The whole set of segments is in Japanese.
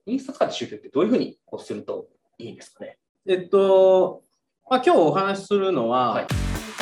インスタ使って集客ってどういうふうにするといいんですかね。 今日お話しするのは、 はい、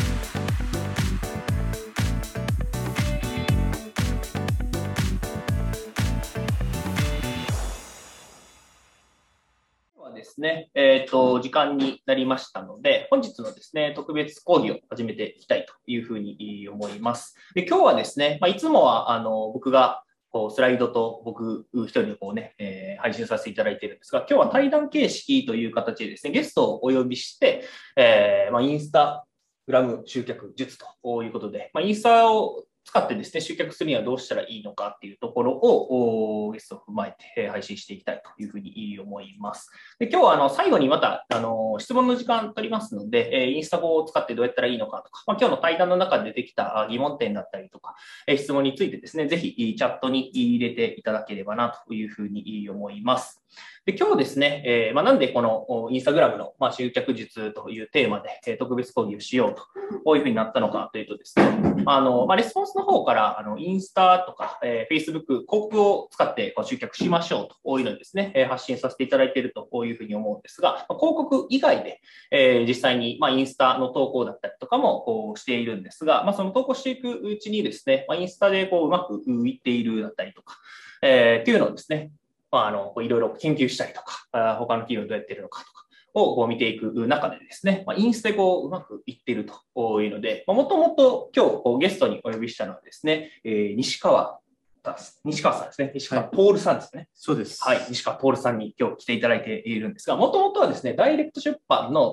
ですね、時間になりましたので、本日のですね、特別講義を始めていきたいというふうに思います。で、今日はですね、いつもは僕がスライドと僕一人で配信させていただいているんですが、今日は対談形式という形でですね、ゲストをお呼びして、インスタグラム集客術ということで、インスタを使ってですね、集客するにはどうしたらいいのかっていうところをゲストを踏まえて配信していきたいというふうに思います。で、今日は最後にまた質問の時間取りますので、インスタを使ってどうやったらいいのかとか、今日の対談の中で出てきた疑問点だったりとか、質問についてですね、ぜひチャットに入れていただければなというふうに思います。で、今日ですね、なんでこのインスタグラムの集客術というテーマで特別講義をしようというふうになったのかというとですね、レスポンスの方からインスタとかFacebook 広告を使って集客しましょうというのをですね、発信させていただいているというふうに思うんですが、広告以外で実際にインスタの投稿だったりとかもしているんですが、その投稿していくうちにですね、インスタでうまくいっているだったりとか、っていうのをですね、いろいろ研究したりとか、他の企業どうやってるのかとかを見ていく中でですね、インスタでうまくいっているというので、もともと今日ゲストにお呼びしたのはですね、西川さんですね。西川徹さんですね。 そうです。 はい。西川徹さんに今日来ていただいているんですが、もともとはですね、ダイレクト出版の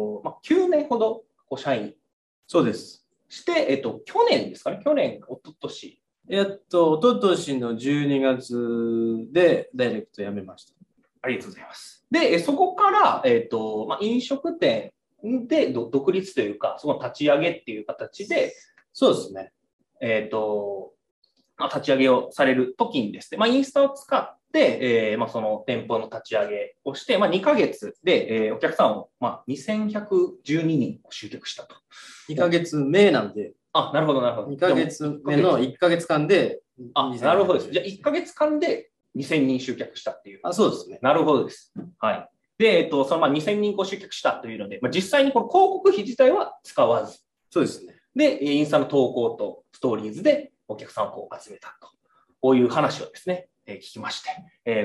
9年ほど社員。 そうです。 して、去年ですかね。去年、一昨年。 一昨年の12月でダイレクト辞めました。 ありがとうございます。で、そこから、飲食店で独立というか、その立ち上げっていう形で、 そうですね。 立ち上げをされるときにですね、インスタを使って、その店舗の立ち上げをして、2ヶ月で、お客さんを、2112人集客したと。 2ヶ月目なんで。 なるほど、なるほど。 2ヶ月目の1ヶ月間で。 なるほどです。じゃあ1ヶ月間で2000人集客したっていう。 そうですね。 なるほどです。はい。で、その2000人集客したというので、実際にこの広告費自体は使わず。 そうですね。 で、インスタの投稿とストーリーズでお客さんを集めたと。こういう話をですね、聞きまして、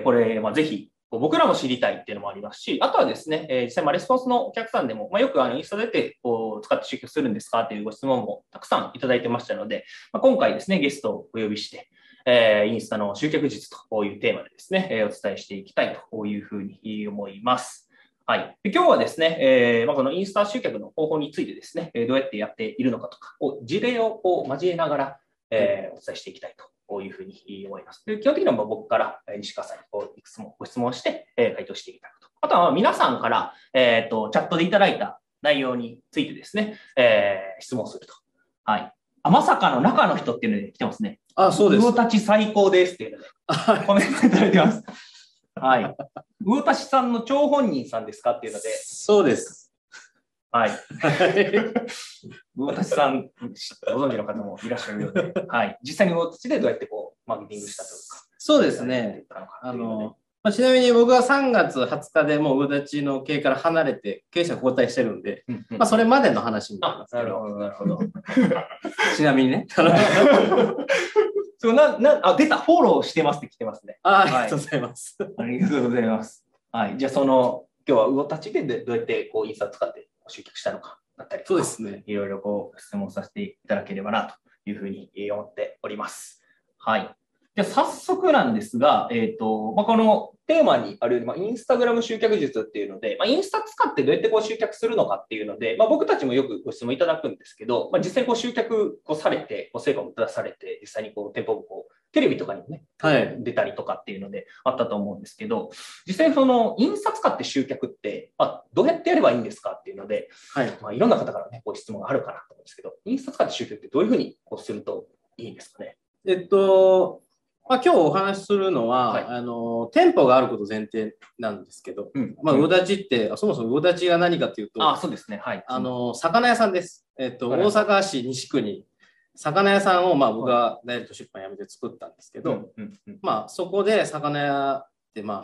これ、ぜひ、僕らも知りたいっていうのもありますし、あとはですね、実際レスポンスのお客さんでも、よくインスタで使って集客するんですかというご質問もたくさんいただいてましたので、今回ですね、ゲストをお呼びして、インスタの集客術というテーマでですね、お伝えしていきたいというふうに思います。はい。で今日はですね、このインスタ集客の方法についてですね、どうやってやっているのかとか事例を交えながら、お伝えしていきたいというふうに思います。で基本的には僕から西川さんにいくつもご質問して、回答していただくと。あとは皆さんから、チャットでいただいた内容についてですね、質問すると。はい。まさかの中の人っていうので来てますね。 そうです。 魚立ち最高ですっていうので、コメントいただいてます。はい。魚立ちさんの張本人さんですかっていうので。 そうです。 はい。魚立ちさん、ご存知の方もいらっしゃるようで、はい。実際に魚立ちでどうやってマーケティングしたというか。 そうですね。ちなみに僕は3月20日でもう魚立ちの経営から離れて経営者交代してるんで、それまでの話になりますけど。 なるほど。 ちなみにね。 出た、フォローしてますって来てますね。 ありがとうございます。 ありがとうございます。はい。じゃあ、今日は魚立ちでどうやってインスタを使って集客したのかだったりとか、 そうですね。 いろいろ質問させていただければなというふうに思っております。はい。じゃあ、早速なんですが、このテーマにあるように、インスタグラム集客術っていうので、インスタ使ってどうやって集客するのかっていうので、僕たちもよくご質問いただくんですけど、実際に集客されて、成果を出されて、実際に店舗をテレビとかにもね、出たりとかっていうのであったと思うんですけど、実際インスタ使って集客って、どうやってやればいいんですかっていうので、いろんな方からね、ご質問があるかなと思うんですけど、インスタ使って集客ってどういうふうにするといいんですかね。 今日お話しするのは、店舗があること前提なんですけど、魚立ちって、そもそも魚立ちが何かというと、 そうですね。はい。 魚屋さんです。大阪市西区に魚屋さんを僕がダイレクト出版やめて作ったんですけど、そこで魚屋って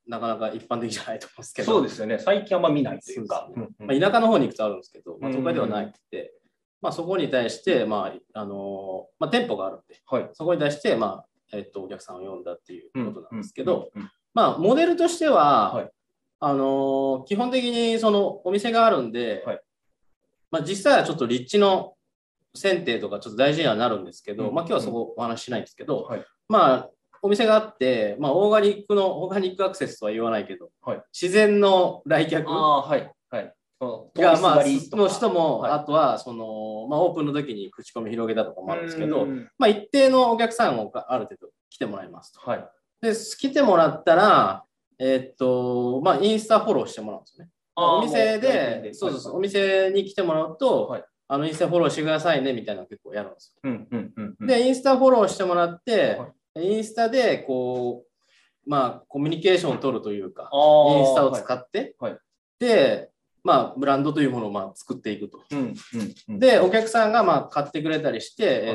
なかなか一般的じゃないと思うんですけど。 そうですよね。最近あんま見ないというか。 まあ、田舎の方に行くとあるんですけど、まあ、都会ではなくて、まあ、そこに対して、まあまあ、店舗があるんで、 はい、 そこに対して、まあお客さんを呼んだっていうことなんですけど、まあ、モデルとしては、はい、基本的にそのお店があるんで、はい、まあ、実際はちょっと立地の選定とかちょっと大事にはなるんですけど、まあ、今日はそこお話ししないんですけど、はい、まあお店があって、まあ、オーガニックアクセスとは言わないけど、はい、自然の来客が、はいはい、まあ、の人も、はい、あとはその、まあ、オープンの時に口コミ広げたとかもあるんですけど、まあ、一定のお客さんをある程度来てもらいますと。はい、で来てもらったら、まあ、インスタフォローしてもらうんですよね。お店で、そうそうそう、お店に来てもらうと、はい、インスタフォローしてくださいねみたいなの結構やるんですよ。で、インスタフォローしてもらって、はい、インスタでこう、まあ、コミュニケーションを取るというか、インスタを使って、はいはい、で、まあ、ブランドというものをまあ作っていくと。で、お客さんがまあ買ってくれたりして、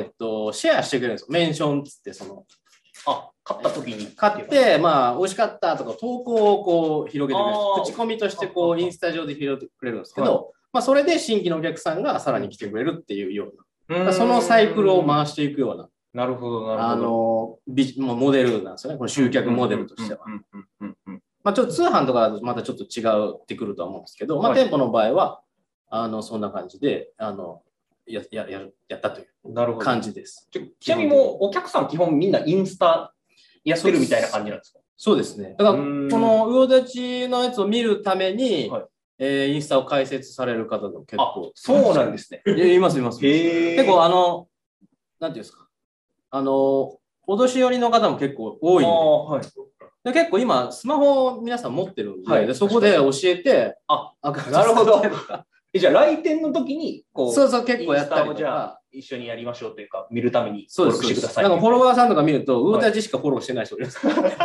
シェアしてくれるんですよ。メンションっつって、その。 買った時に。 買って、まあ、美味しかったとか、投稿をこう広げてくれる。口コミとしてこう、インスタ上で広げてくれるんですけど、はい、まあ、それで新規のお客さんがさらに来てくれるっていうような。そのサイクルを回していくような。 なるほど、なるほど。モデルなんですよね。この集客モデルとしては。まあ、ちょっと通販とかだとまたちょっと違ってくるとは思うんですけど、まあ、店舗の場合は、そんな感じで、やったという感じです。 ちなみにもうお客さん基本みんなインスタやってるみたいな感じなんですか？ そうですね。だから、この魚立ちのやつを見るために、はい、インスタを開設される方が結構。 そうなんですね。 います。結構、なんていうんですか。お年寄りの方も結構多いんで。はい、で結構今、スマホを皆さん持ってるんで、はい、でそこで教えて、 なるほど。じゃあ来店の時にこうそう結構やったりとか、 じゃあ一緒にやりましょうというか見るために登録してください。 なんかフォロワーさんとか見ると、ウータジしかフォローしてない人います。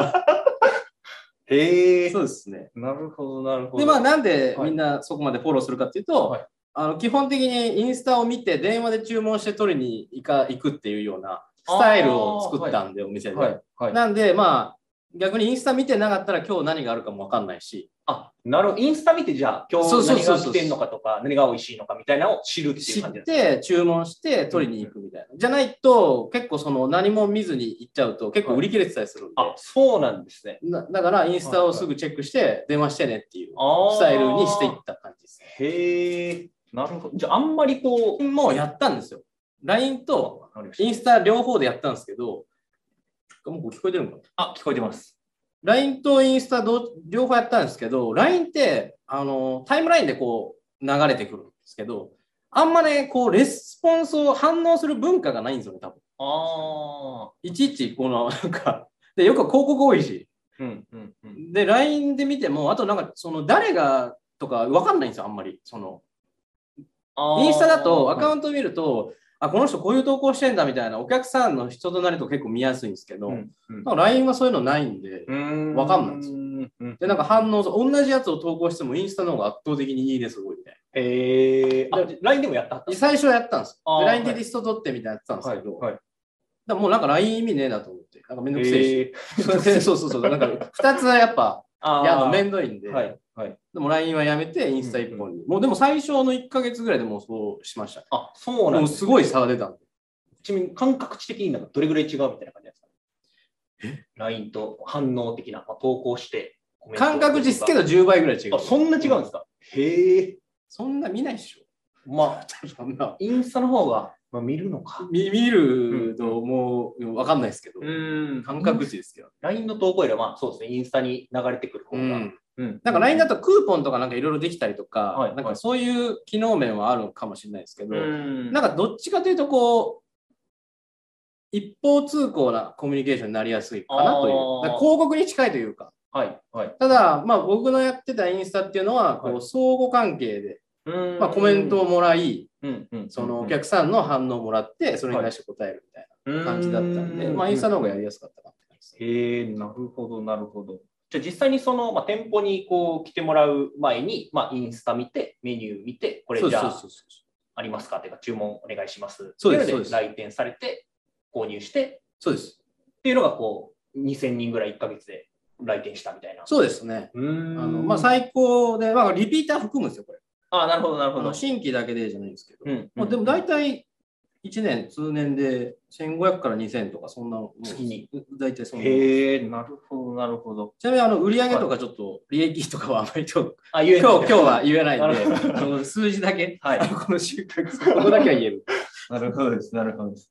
へえ。 そうですね。 なるほどなるほど。 でまあなんでみんなそこまでフォローするかっていうと、はい、基本的にインスタを見て電話で注文して取りに行くっていうようなスタイルを作ったんで、お店で。はいはい、なんでまあ逆にインスタ見てなかったら今日何があるかも分かんないし。 なるほど。インスタ見てじゃあ今日何が来てんのかとか何が美味しいのかみたいなのを知るっていう感じですか？ 知って注文して取りに行くみたいな。じゃないと結構その何も見ずに行っちゃうと結構売り切れてたりするんで。 そうなんですね。 だからインスタをすぐチェックして電話してねっていうスタイルにしていった感じです。 へえ。なるほど。じゃああんまりこう。 もうやったんですよ。LINE とインスタ両方でやったんですけど、もう聞こえてるのかな？ 聞こえてます。 LINE とインスタ両方やったんですけど、LINE ってタイムラインでこう流れてくるんですけど、あんまね、こうレスポンスを反応する文化がないんですよね、多分。いちいち、なんか、で、よく広告多いし。で、LINE で見ても、あとなんか、誰がとか分かんないんですよ、あんまり。インスタだとアカウント見ると、この人こういう投稿してんだみたいなお客さんの人となりと結構見やすいんですけど、LINE はそういうのないんで、わかんないんですよ。で、なんか反応、同じやつを投稿してもインスタの方が圧倒的にいいねすごいみたいな。 LINE でもやった？ 最初はやったんです。で、LINE でリスト取ってみたいなやってたんですけど、だもうなんか LINE 意味ねえなと思って、なんかめんどくせえし。そう、なんか2つはやっぱ、めんどいんで。でも LINE はやめてインスタ1本に。もうでも最初の1ヶ月ぐらいでもうそうしました。 そうなんですね。 すごい差が出たんで。 ちなみに感覚値的になんかどれぐらい違うみたいな感じなんですかね。LINE と反応的な、投稿して。 感覚値ですけど10倍ぐらい違う。 そんな違うんですか？へえ。 そんな見ないでしょ。 まあ、インスタの方が、見るのか。 見るともう分かんないですけど。感覚値ですけど。 LINE の投稿よりは、そうですね、インスタに流れてくる方が。 なんか LINE だとクーポンとかなんかいろいろできたりとか、なんかそういう機能面はあるかもしれないですけど、なんかどっちかというとこう、一方通行なコミュニケーションになりやすいかなという。広告に近いというか。ただ、まあ僕のやってたインスタっていうのは、こう相互関係で、コメントをもらい、そのお客さんの反応をもらって、それに対して答えるみたいな感じだったんで、インスタの方がやりやすかったかって感じです。 へえ、なるほど、なるほど。じゃあ実際にその、店舗にこう来てもらう前に、インスタ見て、メニュー見て、これじゃあありますかっていうか、注文お願いします。 そうです。 来店されて、購入して、 そうです。 っていうのがこう、2000人ぐらい1ヶ月で。 来店したみたいな。 そうですね。まあ、最高で、まあ、リピーター含むんですよ、これ。 あ、なるほど、なるほど。 新規だけでじゃないんですけど。まあ、でも大体1年、通年で1500から2000とか、そんなの。 月に。 大体そんな。 へえ、なるほど、なるほど。 ちなみに、売上とかちょっと、利益とかはあまり今日言は言えないんで、数字だけ、この収穫、ここだけは言える。 なるほどです、なるほどです。